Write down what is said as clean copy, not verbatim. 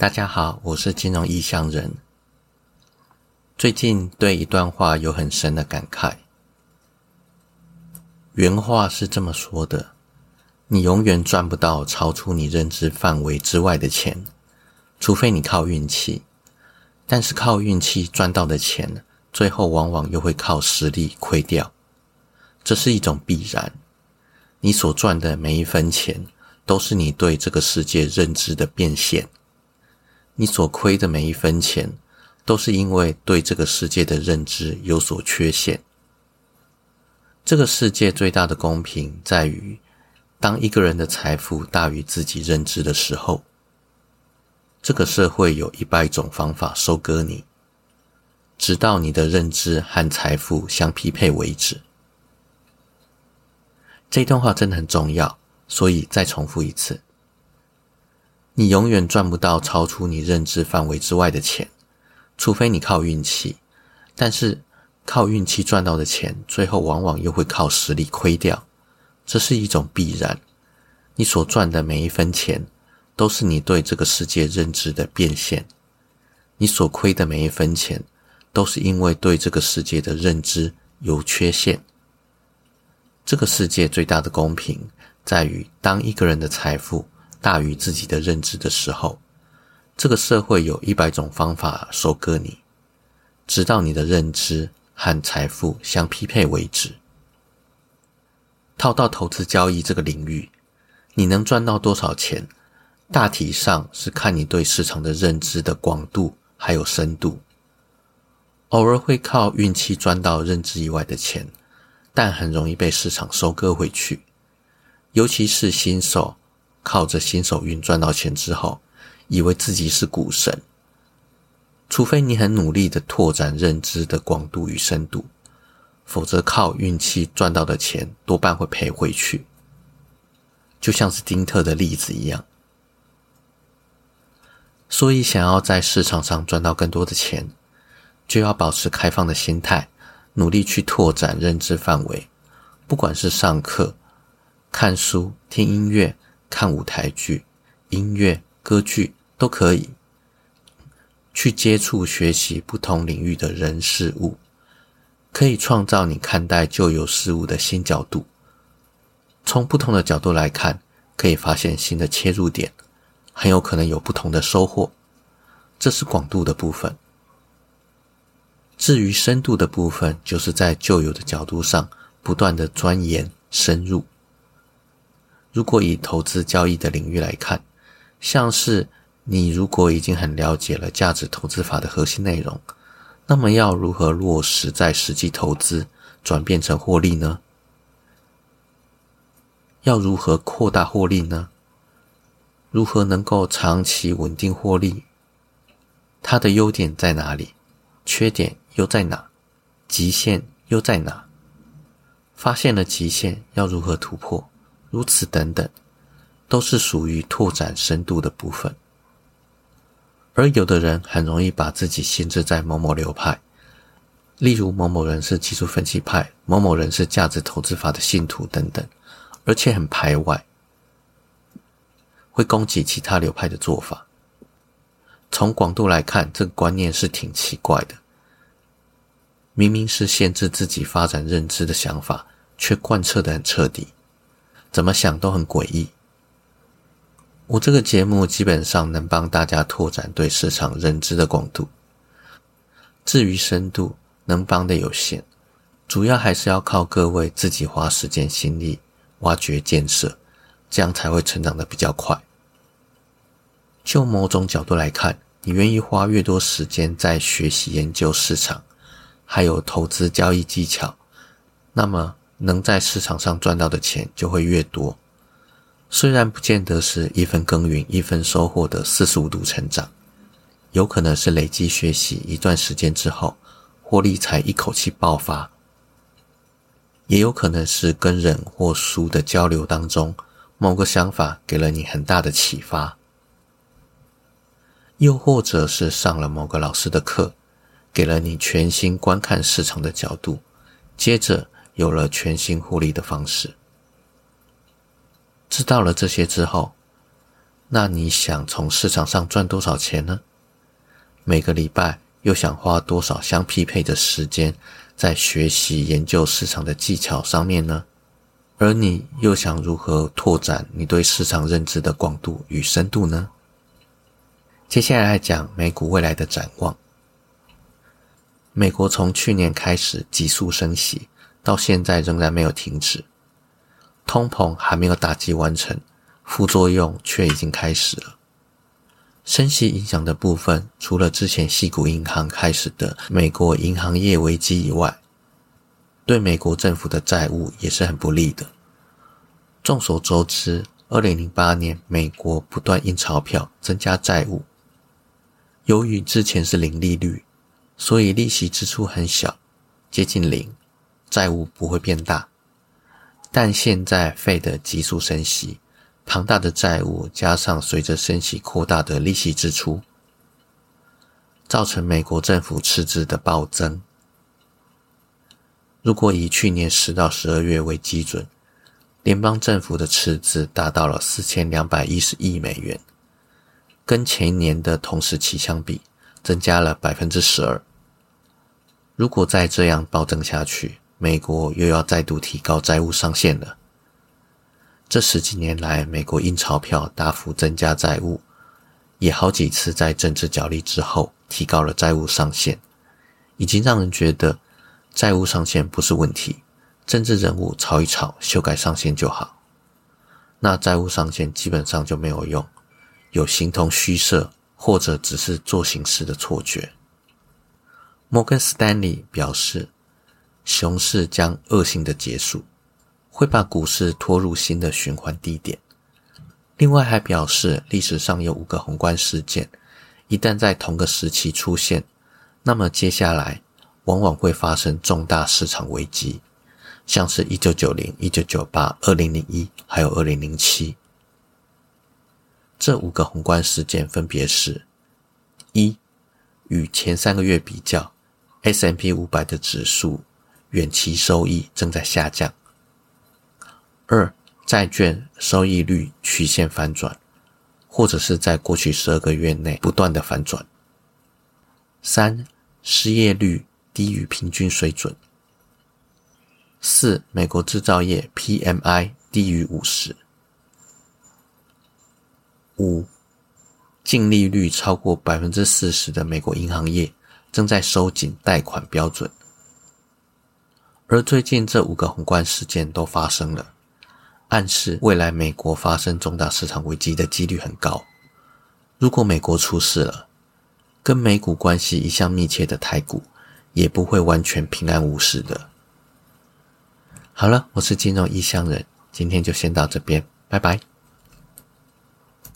大家好，我是金融异乡人。最近对一段话有很深的感慨。原话是这么说的：你永远赚不到超出你认知范围之外的钱，除非你靠运气。但是靠运气赚到的钱，最后往往又会靠实力亏掉。这是一种必然。你所赚的每一分钱，都是你对这个世界认知的变现。你所亏的每一分钱，都是因为对这个世界的认知有所缺陷。这个世界最大的公平在于，当一个人的财富大于自己认知的时候，这个社会有100种方法收割你，直到你的认知和财富相匹配为止。这段话真的很重要，所以再重复一次。你永远赚不到超出你认知范围之外的钱，除非你靠运气。但是靠运气赚到的钱，最后往往又会靠实力亏掉。这是一种必然。你所赚的每一分钱，都是你对这个世界认知的变现。你所亏的每一分钱，都是因为对这个世界的认知有缺陷。这个世界最大的公平在于，当一个人的财富大于自己的认知的时候，这个社会有100种方法收割你，直到你的认知和财富相匹配为止。套到投资交易这个领域，你能赚到多少钱，大体上是看你对市场的认知的广度还有深度。偶尔会靠运气赚到认知以外的钱，但很容易被市场收割回去。尤其是新手靠着新手运赚到钱之后，以为自己是股神。除非你很努力地拓展认知的广度与深度，否则靠运气赚到的钱多半会赔回去。就像是丁特的例子一样。所以想要在市场上赚到更多的钱，就要保持开放的心态，努力去拓展认知范围。不管是上课、看书、听音乐、看舞台剧、音乐、歌剧都可以。去接触学习不同领域的人事物，可以创造你看待旧有事物的新角度。从不同的角度来看，可以发现新的切入点，很有可能有不同的收获。这是广度的部分。至于深度的部分，就是在旧有的角度上不断的钻研深入。如果以投资交易的领域来看，像是你如果已经很了解了价值投资法的核心内容，那么要如何落实在实际投资，转变成获利呢？要如何扩大获利呢？如何能够长期稳定获利？它的优点在哪里？缺点又在哪？极限又在哪？发现了极限要如何突破？如此等等，都是属于拓展深度的部分。而有的人很容易把自己限制在某某流派，例如某某人是技术分析派，某某人是价值投资法的信徒等等，而且很排外，会攻击其他流派的做法。从广度来看，这个观念是挺奇怪的。明明是限制自己发展认知的想法，却贯彻得很彻底，怎么想都很诡异。我这个节目基本上能帮大家拓展对市场认知的广度，至于深度能帮的有限，主要还是要靠各位自己花时间心力挖掘建设，这样才会成长得比较快。就某种角度来看，你愿意花越多时间在学习研究市场还有投资交易技巧，那么能在市场上赚到的钱就会越多。虽然不见得是一分耕耘一分收获的45度成长，有可能是累积学习一段时间之后，获利才一口气爆发，也有可能是跟人或书的交流当中，某个想法给了你很大的启发，又或者是上了某个老师的课，给了你全新观看市场的角度，接着有了全新获利的方式。知道了这些之后， 那你想从市场上赚多少钱呢？每个礼拜又想花多少相匹配的时间在学习研究市场的技巧上面呢？而你又想如何拓展你对市场认知的广度与深度呢？接下来讲美股未来的展望。美国从去年开始急速升息，到现在仍然没有停止。通膨还没有打击完成，副作用却已经开始了。升息影响的部分，除了之前矽谷银行开始的美国银行业危机以外，对美国政府的债务也是很不利的。众所周知，2008年美国不断印钞票增加债务，由于之前是零利率，所以利息支出很小，接近零，债务不会变大。但现在 Fed 急速升息，庞大的债务加上随着升息扩大的利息支出，造成美国政府赤字的暴增。如果以去年10到12月为基准，联邦政府的赤字达到了4210亿美元，跟前一年的同时期相比，增加了 12%。如果再这样暴增下去，美国又要再度提高债务上限了。这10几年来，美国印钞票大幅增加债务，也好几次在政治角力之后提高了债务上限，已经让人觉得债务上限不是问题，政治人物吵一吵，修改上限就好。那债务上限基本上就没有用，有形同虚设，或者只是做形式的错觉。摩根斯丹利表示，熊市将恶性的结束，会把股市拖入新的循环低点。另外还表示，历史上有5个宏观事件，一旦在同个时期出现，那么接下来往往会发生重大市场危机，像是1990、1998、2001还有2007。这5个宏观事件分别是： 1. 与前3个月比较， S&P 500的指数远期收益正在下降。 2. 债券收益率曲线反转，或者是在过去12个月内不断的反转。 3. 失业率低于平均水准。 4. 美国制造业 PMI 低于50。 5. 净利率超过 40% 的美国银行业正在收紧贷款标准。而最近这5个宏观事件都发生了，暗示未来美国发生重大市场危机的几率很高。如果美国出事了，跟美股关系一向密切的台股也不会完全平安无事的。好了，我是金融异乡人，今天就先到这边，拜拜。